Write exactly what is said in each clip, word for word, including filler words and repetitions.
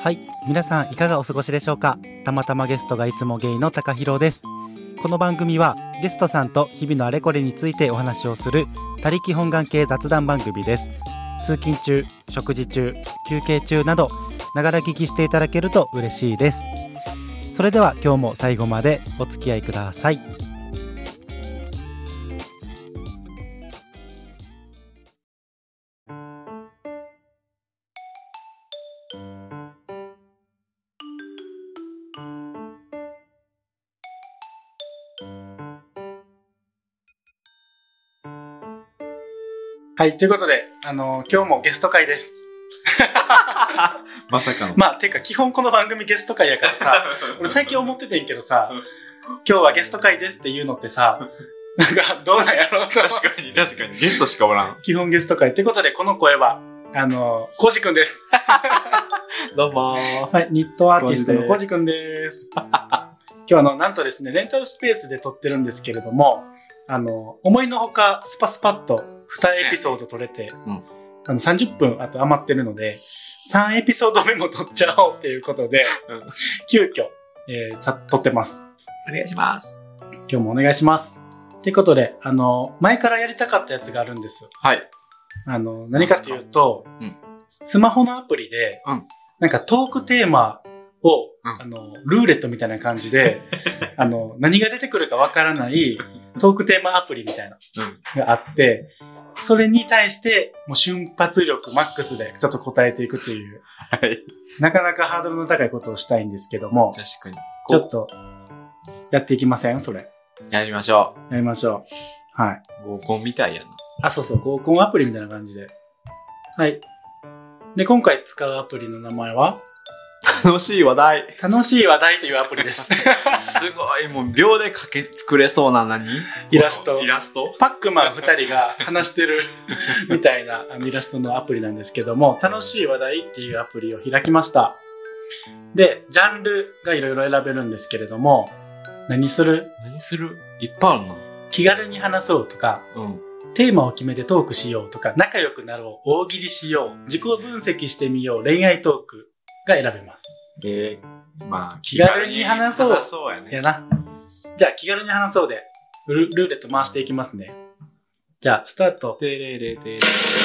はい、皆さんいかがお過ごしでしょうか。たまたまゲストがいつもゲイの高弘です。この番組はゲストさんと日々のあれこれについてお話をする他力本願系雑談番組です。通勤中、食事中、休憩中などながら聞きしていただけると嬉しいです。それでは今日も最後までお付き合いください。はい、ということで、あのー、今日もゲスト会です。 まさかの。 まあ、てか基本この番組ゲスト会やからさ、俺最近思っててんけどさ、今日はゲスト会ですって言うのってさ、なんかどうなんやろうと。 確かに、確かに。ゲストしかおらん。 基本ゲスト会。ということで、この声は、あのー、コウジくんです。 どうもー。 はい、ニットアーティストのコウジくんです。今日あの、なんとですね、レンタルスペースで撮ってるんですけれども、あの、思いのほかスパスパッとにエピソード撮れて、うん、あのさんじゅっぷんあと余ってるので、さんエピソード目も撮っちゃおうっていうことで、うん、急遽、えー、さ、撮ってます。 お願いします。 今日もお願いします。ということで、あの、前からやりたかったやつがあるんです。 はい。 あの、何かというと、うん、スマホのアプリで、うん、なんかトークテーマを、うん、あの、ルーレットみたいな感じで、あの、何が出てくるかわからないトークテーマアプリみたいなのがあって、それに対して、もう瞬発力マックスでちょっと答えていくという、はい。なかなかハードルの高いことをしたいんですけども、 確かに。 ちょっと、やっていきません？それ。 やりましょう。やりましょう。はい。 合コンみたいやな。 あ、そうそう、合コンアプリみたいな感じで。はい。で、今回使うアプリの名前は楽しい話題。 楽しい話題というアプリです。 すごい、もう秒で書け作れそうな何イラスト。 イラストパックマン二人が話してるみたいなあのイラストのアプリなんですけども、楽しい話題っていうアプリを開きました。で、ジャンルがいろいろ選べるんですけれども、何する何するいっぱいあるな。 気軽に話そうとか、うん、テーマを決めてトークしようとか、仲良くなろう、大喜利しよう、自己分析してみよう、恋愛トークが選べます。 えー、まあ、 気軽に話そう。 話そうやね。 やな。じゃあ、気軽に話そうで、ル、ルーレット回していきますね。じゃあ、スタート。 てれれてれ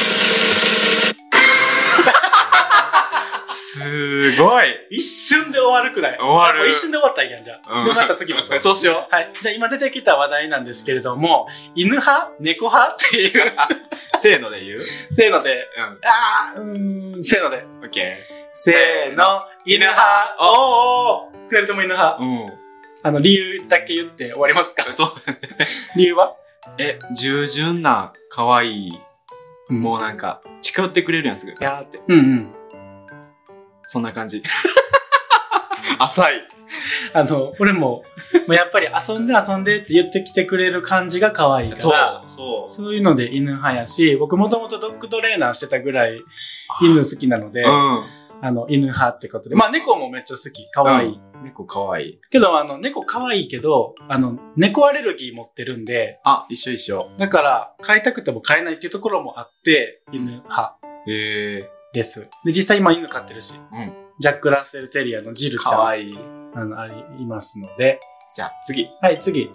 すごい。 一瞬で終わるくらい。 終わる。 一瞬で終わったらいいやん、じゃあ。うん、で、また次もそう。 そうしよう。はい。じゃあ、今出てきた話題なんですけれども、犬派猫派っていう。 せーので言うせーので。うん。あー、うーん。せーので。 オッケー。 せーの。犬派。おーおー。二人とも犬派。うん。あの、理由だけ言って終わりますか？ そう。 理由は？ え、従順な、可愛い。うん、もうなんか、近寄ってくれるやつが、やーって。 うんうん。そんな感じ。浅い。 あの、俺も、もうやっぱり遊んで遊んでって言ってきてくれる感じが可愛いから、 そう、そう。 そういうので犬派やし、僕もともとドッグトレーナーしてたぐらい犬好きなので、うん、あの、犬派ってことで。まあ猫もめっちゃ好き。可愛い。 うん、猫可愛い。 けど、あの、猫可愛いけど、あの、猫アレルギー持ってるんで、 あ、一緒一緒。 だから、飼いたくても飼えないっていうところもあって、犬派。 へー。 です。で、実際今犬飼ってるし、うん、ジャック・ラッセル・テリアのジルちゃん。 かわいい。 あの、あり、いますので。 じゃあ、次。 はい、次。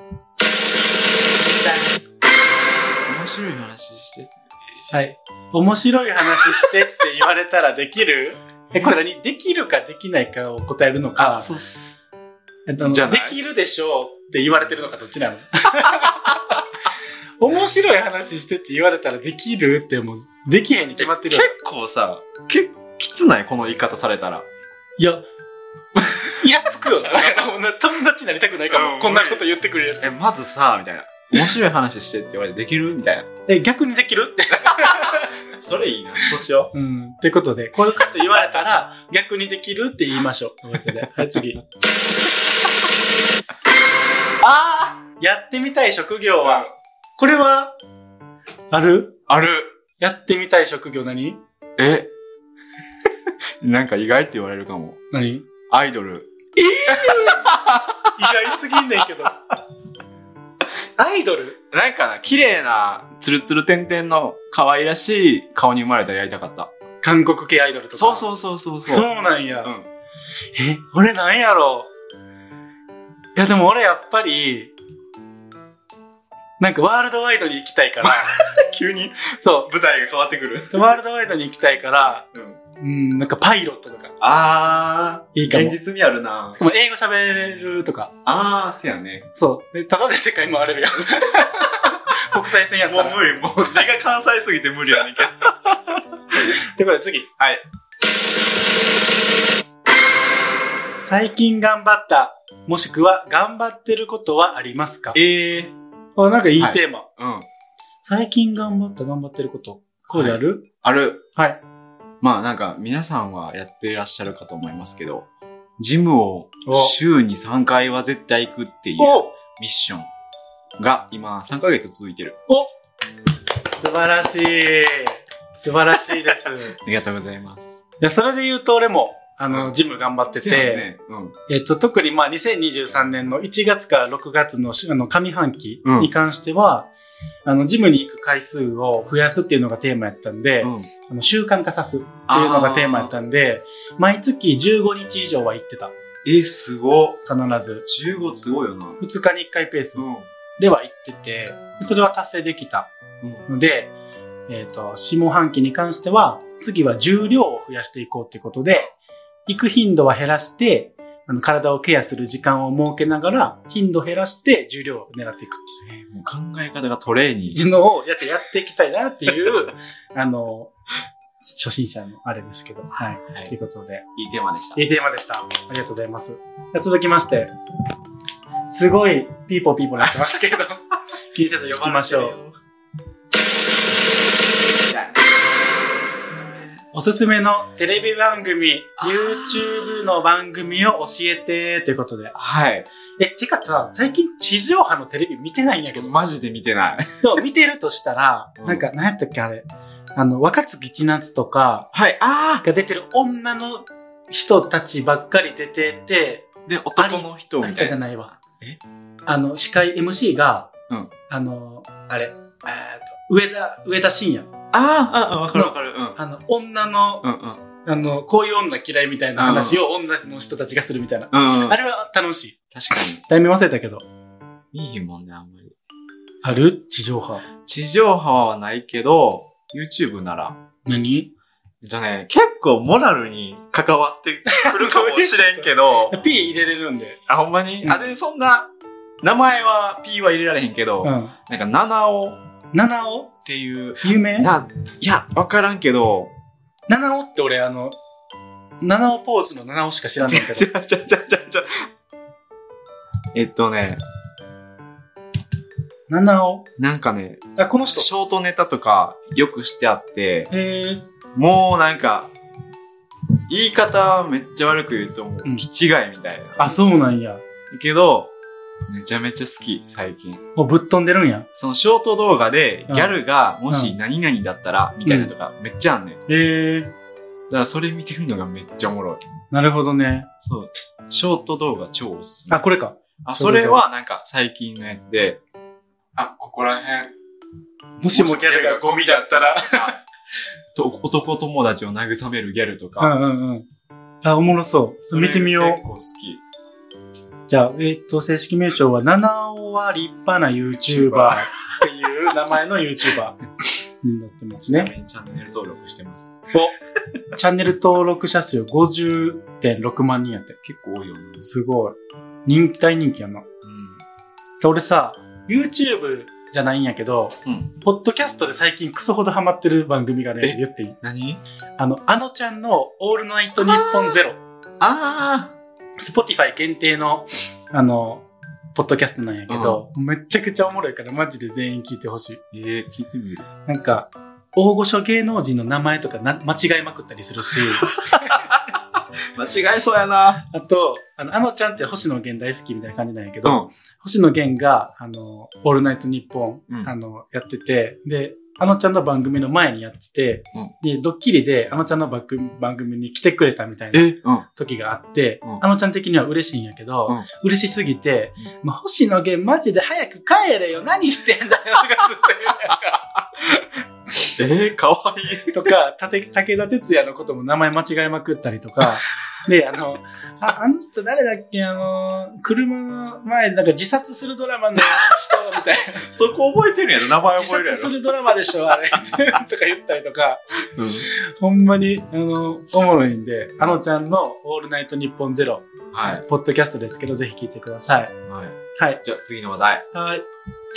面白い話して。 はい。面白い話してって言われたらできる？え、これ何？できるかできないかを答えるのか。 あ、そうそう。 えっと、できるでしょうって言われてるのかどっちなの？面白い話してって言われたらできるってもう、できへんに決まってるよ。 結構さ、け、きつないこの言い方されたら。 いや、イラつくよな。友達になりたくないかも、うん、こんなこと言ってくれるやつ。 え、まずさ、みたいな。面白い話してって言われてできるみたいな。 え、逆にできるって。 それいいな。そうしよう。うん。ってことで、こういうこと言われたら、逆にできるって言いましょう。ということで。はい、次。あー！やってみたい職業は、これは、ある？ ある。 やってみたい職業何？ えなんか意外って言われるかも。 何？ アイドル。 えぇ、ー、意外すぎんねんけど。アイドル？ なんかな、綺麗な、ツルツル点々の可愛らしい顔に生まれたらやりたかった。 韓国系アイドルとか。 そうそうそうそうそう。 そうなんや。 うん。 え、俺なんやろいやでも俺やっぱり、なんかワールドワイドに行きたいから。 急にそう。 舞台が変わってくる。 ワールドワイドに行きたいから、 うん。 うん、なんかパイロットとか。 あー。 いいかも。 現実味あるな。 でも英語喋れるとか。 あー、せやね。 そう。で、ただで世界回れるやん。国際線やったら。 もう無理、もう根が関西すぎて無理やねんけど。 ということで次。 はい。 最近頑張った、もしくは頑張ってることはありますか？ ええー。 あ、なんかいいテーマ。 はい、うん。 最近頑張った、頑張ってること。こうである？ はい、ある。 はい。 まあなんか皆さんはやっていらっしゃるかと思いますけど、ジムを週にさんかいは絶対行くっていうミッションが今さんかげつ続いてる。 お！素晴らしい。素晴らしいです。ありがとうございます。 いや、それで言うと俺も、あの、うん、ジム頑張ってて、ねうん、えっと、特にまあにせんにじゅうさんねんのいちがつからろくがつのあの上半期に関しては、うん、あの、ジムに行く回数を増やすっていうのがテーマやったんで、うん、あの習慣化さすっていうのがテーマやったんで、毎月じゅうごにち以上は行ってた。 え、すごっ。 必ず。 じゅうごすごいよな。 ふつかにいっかいペースでは行ってて、それは達成できたので、うん、えっと、下半期に関しては、次は重量を増やしていこうっていうことで、行く頻度は減らして、あの、体をケアする時間を設けながら、頻度を減らして重量を狙っていくっていう。 えー、もう考え方がトレーニング。 いうのをやっっていきたいなっていう、あの、初心者のあれですけど。はい。はい、ということで。 いいテーマでした。 いいテーマでした。ありがとうございます。続きまして、すごいピーポーピーポーなってますけど、気にせず読みましょう。おすすめのテレビ番組、YouTube の番組を教えて、ということで。 はい。 え、てかさ、最近地上波のテレビ見てないんやけど。 マジで見てない。 でも見てるとしたら、うん、なんか、何やったっけあれ。あの、若槻千夏とか、 はい、ああが出てる女の人たちばっかり出てて、 で、男の人みたいな。 有田じゃないわ。えあの、司会 エムシー が、 うん。 あの、あれ、えーと、上田、上田晋也。 ああ、わかるわかる。うん。 あの、女の、 うんうん。 あの、こういう女嫌いみたいな話を女の人たちがするみたいな。 うんうん、 あれは楽しい。 確かに。 題名忘れたけど。 いいもんね、あんまり。 ある？地上波。 地上波はないけど、YouTube なら。 何？ じゃあね、結構モラルに関わってくるかもしれんけど。 P 入れれるんで。 あ、ほんまに、うん、あ、で、そんな、名前は P は入れられへんけど、うん、なんか、七尾。 七尾っていう。 有名？ な、いや、わからんけど。 七尾って俺あの、七尾ポーズの七尾しか知らんねんけど。 ちゃちゃちゃちゃちゃ。えっとね。 七尾なんかね。 あ、この人。 ショートネタとかよくしてあって。 へー。 もうなんか、言い方めっちゃ悪く言うともう、気違いみたいな、うん。 あ、そうなんや。 けど、めちゃめちゃ好き、最近。 もうぶっ飛んでるんや。 そのショート動画で、ギャルがもし何々だったら、みたいなとか、めっちゃあんねん。 へー。だからそれ見てるのがめっちゃおもろい。 なるほどね。 そう。ショート動画超おすすめ。 あ、これか。 あ、それはなんか最近のやつで、あ、ここら辺。 もしもギャルがゴミだったら。 と男友達を慰めるギャルとか。 うんうんうん。あ、おもろそう。それ見てみよう。 結構好き。 じゃあ、えっと、正式名称は、七尾は立派な YouTuber っていう名前の YouTuber になってますね。 チャンネル登録してます。 お、チャンネル登録者数 ごじゅうてんろくまんにんやって。 結構多いよね。 すごい。人気、大人気やな。うん。俺さ、YouTube じゃないんやけど、うん、ポッドキャストで最近クソほどハマってる番組がね、言っていい？ 何？ あの、あのちゃんのオールナイトニッポンゼロ。 ああ。 スポティファイ限定の、あの、ポッドキャストなんやけど、うん、めちゃくちゃおもろいからマジで全員聞いてほしい。 ええー、聞いてみる。 なんか、大御所芸能人の名前とかな間違えまくったりするし。 間違えそうやな。 あと、あの、あのちゃんって星野源大好きみたいな感じなんやけど、うん、星野源が、あの、オールナイトニッポン、うん、あの、やってて、で、 あのちゃんの番組の前にやってて、うん、で、ドッキリであのちゃんの番組に来てくれたみたいな時があって、うん、あのちゃん的には嬉しいんやけど、うん、嬉しすぎて、うん、もう星野源マジで早く帰れよ、何してんだよ、とかずっと言うなんか。 えー、かわいい。 とか、たて、武田鉄矢のことも名前間違えまくったりとか、で、あの、あ、あの人誰だっけ、あの、車の前でなんか自殺するドラマの人みたいな。 そこ覚えてるやろ、名前覚えるやろ。 自殺するドラマでしょ、あれ。とか言ったりとか、うん、ほんまに、あの、おもろいんで、あのちゃんのオールナイトニッポンゼロ、はい、ポッドキャストですけど、ぜひ聞いてください。 はい。はい。じゃあ次の話題。 はい。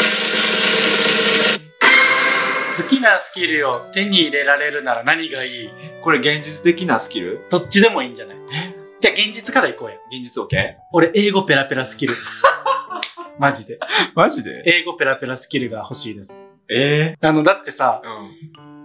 好きなスキルを手に入れられるなら何がいい？ これ現実的なスキル？ どっちでもいいんじゃない？じゃあ現実から行こうや。 現実 OK？ 俺英語ペラペラスキル。マジで。 マジで？ 英語ペラペラスキルが欲しいです。 ええー、あの、だってさ、うん、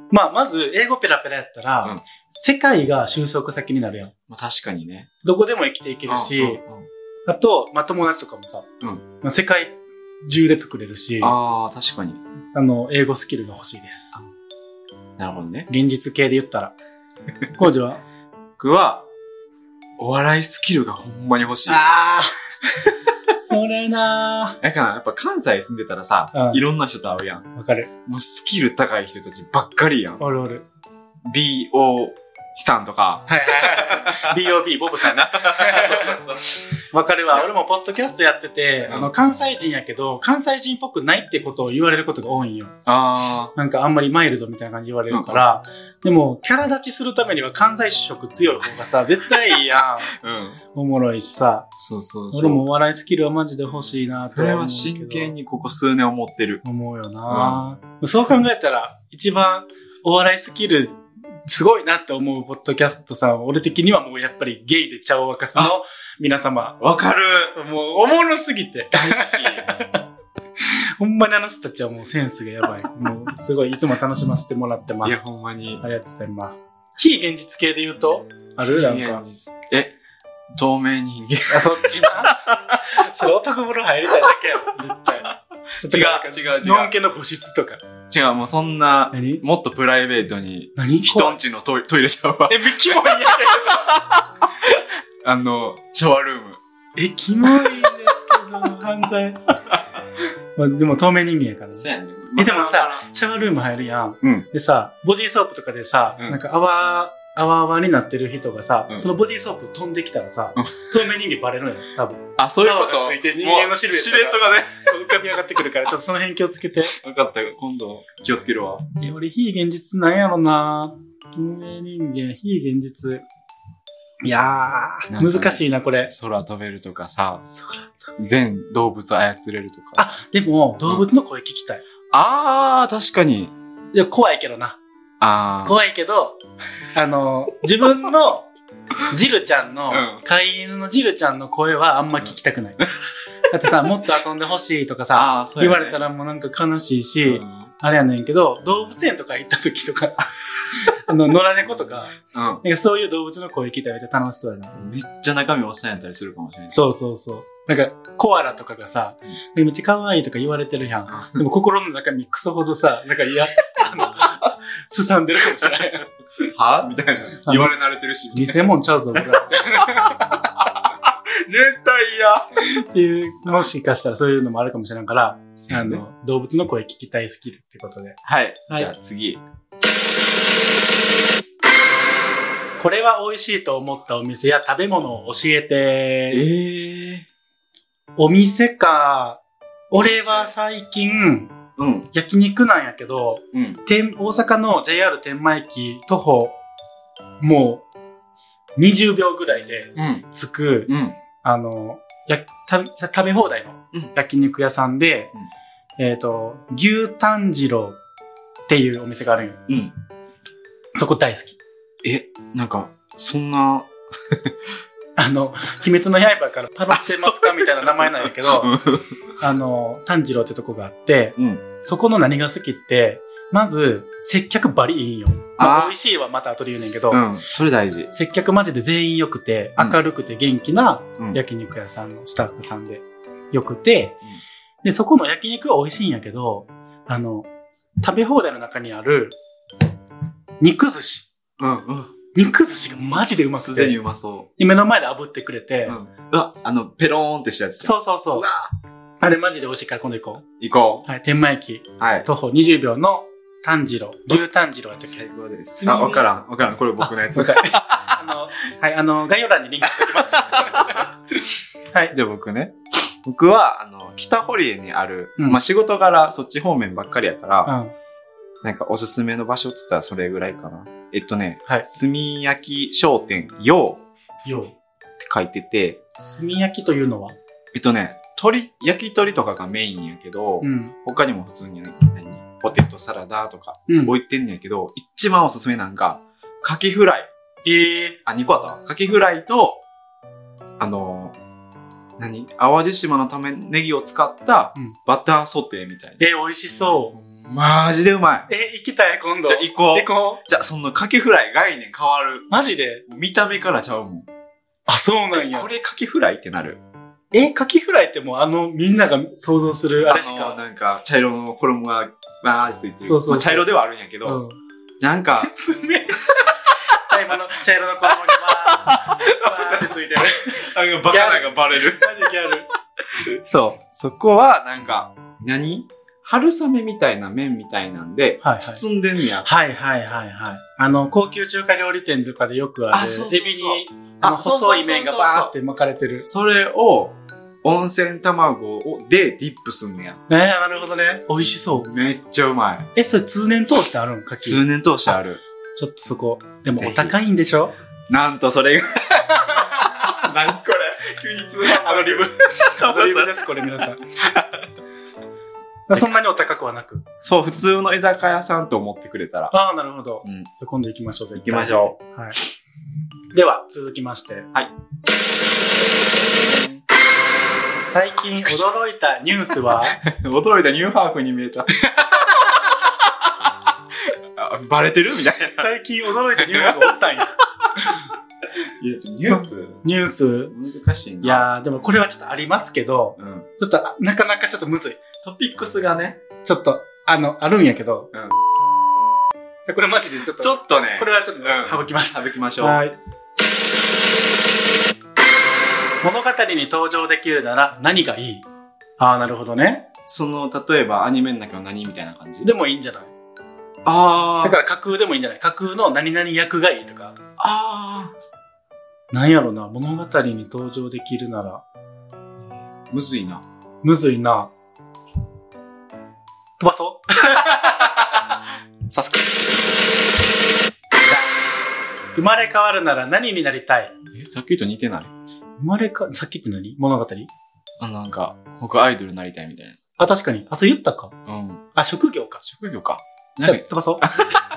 まあまず英語ペラペラやったら、うん、世界が収束先になるやん。 まあ確かにね。 どこでも生きていけるし、うんうんうん、あと、まあ友達とかもさ、うんまあ、世界中で作れるし、 ああ、確かに。 あの、英語スキルが欲しいです。 なるほどね。 現実系で言ったら。コウジは僕は、お笑いスキルがほんまに欲しい。 ああ。それなぁ。だからやっぱ関西住んでたらさ、うん、いろんな人と会うやん。 わかる。 もうスキル高い人たちばっかりやん。 おるおる。 ビーオー さんとか。 はいはいはい。ビーオービー ボブさんな。わかるわ。俺もポッドキャストやってて、あの、関西人やけど、関西人っぽくないってことを言われることが多いんよ。ああ。なんかあんまりマイルドみたいな感じで言われるから、うん、でも、キャラ立ちするためには関西色強い方がさ、絶対いいやん。うん。おもろいしさ。 そうそうそう。 俺もお笑いスキルはマジで欲しいなと思うけど。 それは真剣にここ数年思ってる。 思うよな、うん、そう考えたら、一番お笑いスキル、すごいなって思うポッドキャストさん、俺的にはもうやっぱりゲイで茶を沸かすの皆様。 わかる。 もうおもろすぎて。大好き。ほんまにあの人たちはもうセンスがやばい。もうすごいいつも楽しませてもらってます。 いや、ほんまに。 ありがとうございます。非現実系で言うとあるなんか。 え、透明人間。 あ、そっちな。それ男風呂入りたいだけやん。絶対。違う、違う、違う。 のんけの部室とか。 違う、もうそんな、もっとプライベートに、 何人んちのトイトイレシャワー。 え、キモいやけど。 あの、シャワールーム。 え、キモいんですけど、犯罪。まあ、でも透明人間やからね。 そうやね。 え、でもさ、シャワールーム入るやん。うん。でさ、ボディーソープとかでさ、うん、なんか泡、泡泡になってる人がさ、うん、そのボディーソープ飛んできたらさ、うん、透明人間バレるのよ、多分。 あ、そういうこと泡がついて人間のシルエットが。 シルエットがね。 そう浮かび上がってくるから、ちょっとその辺気をつけて。 分かったよ。今度気をつけるわ。 え、俺非現実なんやろな。透明人間、非現実。いやー、難しいな、これ。 空飛べるとかさ、 空飛べる。 全動物操れるとか。 あ、でも、動物の声聞きたい。うん、 あー、確かに。 いや、怖いけどな。 あ怖いけど、あの、自分の、ジルちゃんの、うん、飼い犬のジルちゃんの声はあんま聞きたくない。うん、だってさ、もっと遊んでほしいとかさ、ね、言われたらもうなんか悲しいし、うん、あれやねんけど、動物園とか行った時とか、あの、野良猫とか、うん、なんかそういう動物の声聞いたらめっちゃ楽しそうやな。 めっちゃ中身おっさんやったりするかもしれない。 そうそうそう。なんか、コアラとかがさ、うん、めっちゃ可愛いとか言われてるやん。でも心の中にクソほどさ、なんかいや、あの、すさんでるかもしれない。 はみたいな。言われ慣れてるし。 偽物ちゃうぞ、僕ら。絶対嫌。 っていう、もしかしたらそういうのもあるかもしれんから、あの、動物の声聞きたいスキルってことで。 はい。はい、じゃあ次。 これは美味しいと思ったお店や食べ物を教えて。 えー、 お店か。俺は最近、うん、焼肉なんやけど、うん、天大阪の ジェイアール 天満駅徒歩、もうにじゅうびょうぐらいで着く、うんうん、あの、やた食べ放題の焼肉屋さんで、うん、えっと、牛炭治郎っていうお店があるんよ。うん、そこ大好き。 え、なんか、そんな、 あの、鬼滅の刃からパロってますかみたいな名前なんやけど、あの、炭治郎ってとこがあって、うん、そこの何が好きって、まず、接客バリいいんよ。まあ、美味しいはまた後で言うねんけど、 うん、それ大事。 接客マジで全員良くて、明るくて元気な焼肉屋さんのスタッフさんで良くて、うん、で、そこの焼肉は美味しいんやけど、あの、 食べ放題の中にある、肉寿司。 うんうん。 肉寿司がマジでうまくて。 すでにうまそう。 目の前で炙ってくれて。 うん。うわ、あの、ペローンってしたやつじゃん。そうそうそう。 うわあれマジで美味しいから今度行こう。 行こう。はい、天満駅。はい。徒歩にじゅうびょうの炭治郎。牛炭治郎やったっけ。 最高です。あ、わからん。わからん。これ僕のやつ。 あの、はい、あの、概要欄にリンクしておきます。はい。 じゃあ僕ね。僕は、あの、北堀江にある、うん、まあ、仕事柄そっち方面ばっかりやから、うん、なんかおすすめの場所って言ったらそれぐらいかな。えっとね、はい、炭焼き商店、よう。よう。って書いてて。 炭焼きというのはえっとね、鳥、焼き鳥とかがメインやけど、うん、他にも普通に何ポテトサラダとか置いてんねやけど、うん、一番おすすめなんか、カキフライ。ええー。あ、にこあったわ。カキフライと、あのー、何淡路島の玉ねぎを使ったバターソテーみたいな。 えー、美味しそう。 マジでうまい。 えー、行きたい、今度。 じゃあ行こう。 行こう。じゃあそのカキフライ概念変わる。 マジで見た目からちゃうもん。 あ、そうなんや。 これカキフライってなる。 え、カキフライってもうあの、みんなが想像するあれしか。 なんか、茶色の衣がバーってついてる。そうそうそう、まあ、茶色ではあるんやけど、うん、なんか。 説明茶色の、茶色の衣がバー、バーってついてる。 なんかバカなんかバレる。 マジギャル。 そう。そこは、なんか、何春雨みたいな麺みたいなんで、はいはい、包んでんねや。 はいはいはいはい。あの、高級中華料理店とかでよくある、エビに、あの、細い麺がバーって巻かれてる。 それを、温泉卵でディップすんねや。 えー、なるほどね。美味しそう。 めっちゃうまい。 え、それ通年通してあるんか通年通してある。 ちょっとそこ。でもお高いんでしょなんとそれが。何これ急に通販アドリブ。アドリブです、これ皆さん。そんなにお高くはなく。 そう、普通の居酒屋さんと思ってくれたら。 ああ、なるほど。うん。じゃ今度行きましょう、 絶対。行きましょう。はい。では、続きまして。 はい。 最近驚いたニュースは驚いたニューハーフに見えた。バレてるみたいな。 最近驚いたニューハーフおったんや。 いや、ニュースニュース難しいな。 いやー、でもこれはちょっとありますけど、うん、ちょっと、なかなかちょっとむずい。 トピックスがね、 ちょっと、あの、あるんやけど、うん、じゃこれマジでちょっと、 ちょっとね、 これはちょっと、省きます。 省きましょう。 はい。物語に登場できるなら何がいい？ああ、なるほどね。 その、例えばアニメの中の何みたいな感じでもいいんじゃない？ ああ。 だから架空でもいいんじゃない？架空の何々役がいいとか。 ああ。 なんやろな、物語に登場できるなら。 むずいな。 むずいな。飛ばそうサスケ。 生まれ変わるなら何になりたい？ え、さっきと似てない？ 生まれか、さっきって何？物語？ あ、なんか、僕アイドルになりたいみたいな。 あ、確かに。あ、そう言ったか。 うん。 あ、職業か。 職業か。 じゃあ、飛ばそう。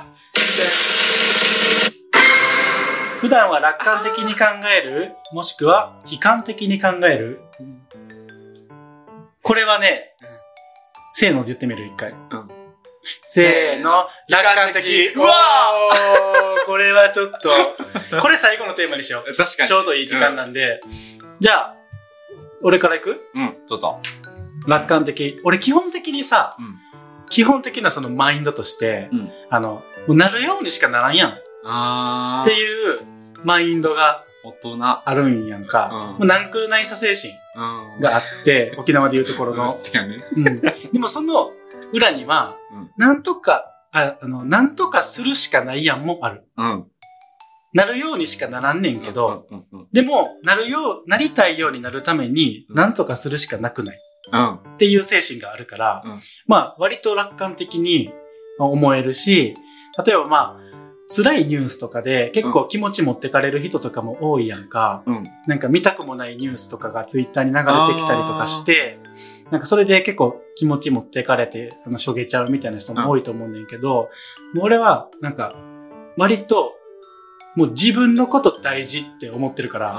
普段は楽観的に考える？もしくは悲観的に考える？うん、これはね、うん、せーので言ってみる、一回。うん。せーの、楽観的。うわーこれはちょっと、これ最後のテーマにしよう。 確かに。 ちょうどいい時間なんで。うん、じゃあ、俺から行く？ うん、どうぞ。 楽観的。俺基本的にさ、うん、基本的なそのマインドとして、うん、あの、もうなるようにしかならんやん。 あー。 っていうマインドが、 大人。 あるんやんか。うん、ナンクルナイサ精神があって、うん、沖縄でいうところの。 そうやね。 うん。でもその裏には、うん、なんとか、あ、あの、なんとかするしかないやんもある。うん。なるようにしかならんねんけど、うんうんうんうん、でも、なるよう、なりたいようになるために、なんとかするしかなくない。うん。っていう精神があるから、うん、まあ、割と楽観的に思えるし、例えばまあ、辛いニュースとかで結構気持ち持ってかれる人とかも多いやんか、うん、なんか見たくもないニュースとかがツイッターに流れてきたりとかして、なんかそれで結構気持ち持ってかれて、あの、しょげちゃうみたいな人も多いと思うねんけど、うん、俺はなんか、割と、もう自分のこと大事って思ってるから、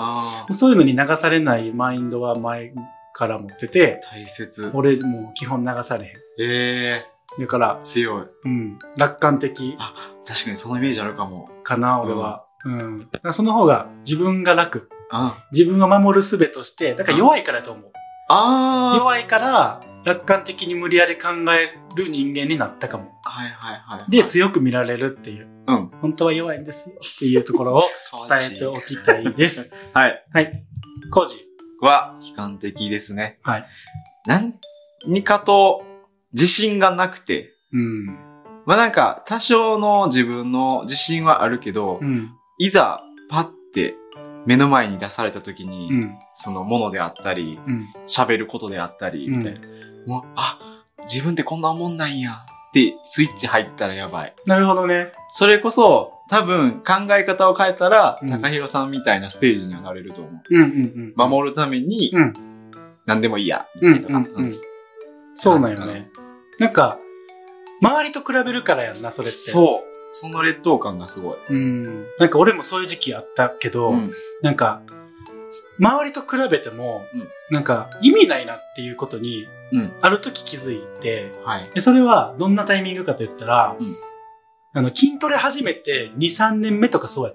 そういうのに流されないマインドは前から持ってて、 大切。 俺もう基本流されへん。 えー。 だから、 強い。 うん。楽観的。 あ、確かにそのイメージあるかも。 かな、俺は。うん。うん、だからその方が自分が楽。 あ自分を守る術として、だから弱いからと思う。 ああ。 弱いから、 楽観的に無理やり考える人間になったかも。 はいはいはい、はい。 で、強く見られるっていう。 うん。 本当は弱いんですよっていうところを伝えておきたいです。 はい。 はい。コウジは悲観的ですね。 はい。 何かと自信がなくて。 うん。 まあなんか多少の自分の自信はあるけど、 うん、 いざパッて目の前に出された時に、 うん、 そのものであったり、喋、うん、ることであったり、みたいな。うん、もう、あ、自分ってこんなもんなんやってスイッチ入ったらやばい。 なるほどね。 それこそ多分考え方を変えたら、うん、高弘さんみたいなステージにはなれると思う。 うんうんうん、 守るために、 うん、 何でもいいや、みたいなとか。 うんうんうん、そうなんよね。なんか、周りと比べるからやんな、それって。 そう。その劣等感がすごい。 うん。なんか俺もそういう時期あったけど、うん、なんか、周りと比べても、うん、なんか意味ないなっていうことに、うん、ある時気づいて、 はい、 で、それはどんなタイミングかと言ったら、 うん、 あの、筋トレ始めてに、さんねんめとかそうやった。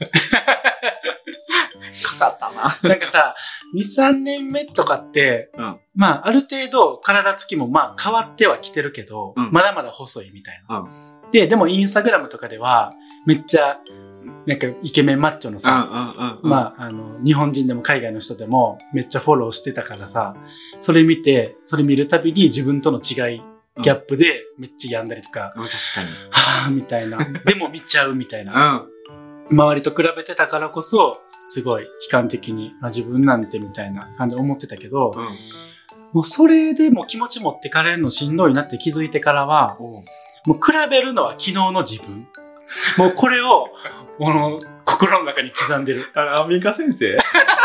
かかったな。 なんかさ、に、さんねんめとかって、 うん、 まあ、ある程度体つきもまあ変わってはきてるけど、うん、まだまだ細いみたいな。 うんで、でもインスタグラムとかでは、めっちゃ、なんかイケメンマッチョのさ、 うんうんうんうん、 まあ、あの、日本人でも海外の人でもめっちゃフォローしてたからさ、それ見て、それ見るたびに自分との違い、ギャップでめっちゃ病んだりとか、 うん、確かに。 はぁ、みたいな。でも見ちゃうみたいな。 うん、周りと比べてたからこそ、すごい悲観的に、まあ、自分なんてみたいな感じで思ってたけど、 うん、 もうそれでも気持ち持ってかれるのしんどいなって気づいてからは、もう比べるのは昨日の自分。もうこれを、この、心の中に刻んでる。 あ、アンミカ先生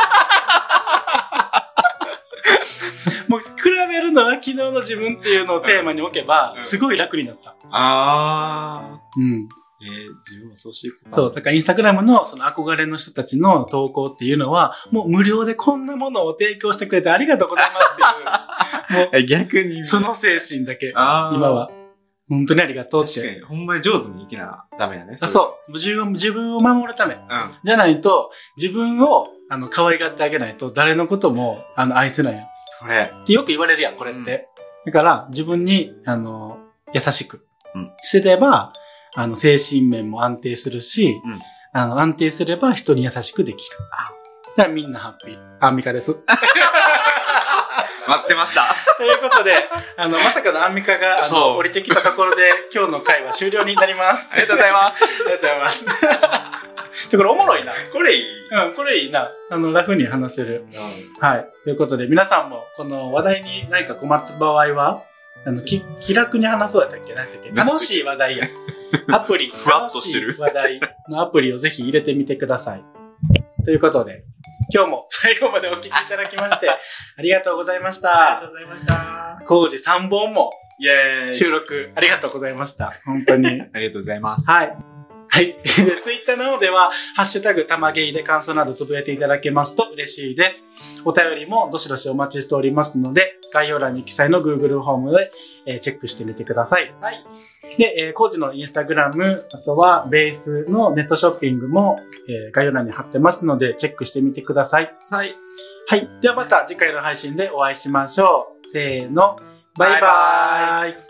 もう比べるのは昨日の自分っていうのをテーマに置けば、すごい楽になった。 あー。うん。 えー、自分もそうしていくか。 そう。だからインスタグラムのその憧れの人たちの投稿っていうのは、もう無料でこんなものを提供してくれてありがとうございますっていう。もう逆に。 その精神だけ、今は。本当にありがとうって。 確かに、ほんまに上手に生きなダメだね。 あ、そう。自分、自分を守るため。うん。じゃないと、自分を、あの、可愛がってあげないと、誰のことも、あの、愛せないよ。 それ。 ってよく言われるやん、これって。うん、だから、自分に、あの、優しく。 うん。 してれば、あの、精神面も安定するし、 うん。 あの、安定すれば人に優しくできる。 あ。 だからみんなハッピー。アンミカです。 待ってました。 ということで、あの、まさかのアンミカが、あの、降りてきたところで、今日の会は終了になります。 ありがとうございます。 ありがとうございます。ちょ、これおもろいな。 これいい。 うん、これいいな。あの、ラフに話せる。 うん、 はい。ということで、皆さんも、この話題に何か困った場合は、あの、き、気楽に話そうやったっけなんだっけ楽しい話題や。アプリ。 ふわっとしてる。 話題のアプリをぜひ入れてみてください。ということで、今日も最後までお聞きいただきまして、ありがとうございました。 ありがとうございました。 コウジさんぼんもイェーイ収録ありがとうございました。本当に。 ありがとうございます。 はい。はい。ツイッターの方では、ハッシュタグたまげいで感想などつぶやいていただけますと嬉しいです。お便りもどしどしお待ちしておりますので、概要欄に記載の Google フォームで、えー、チェックしてみてください。はい。で、えー、コーチのインスタグラム、あとはベースのネットショッピングも、えー、概要欄に貼ってますので、チェックしてみてください。 はい。 はい。ではまた次回の配信でお会いしましょう。せーの。バイバーイ。バイバーイ。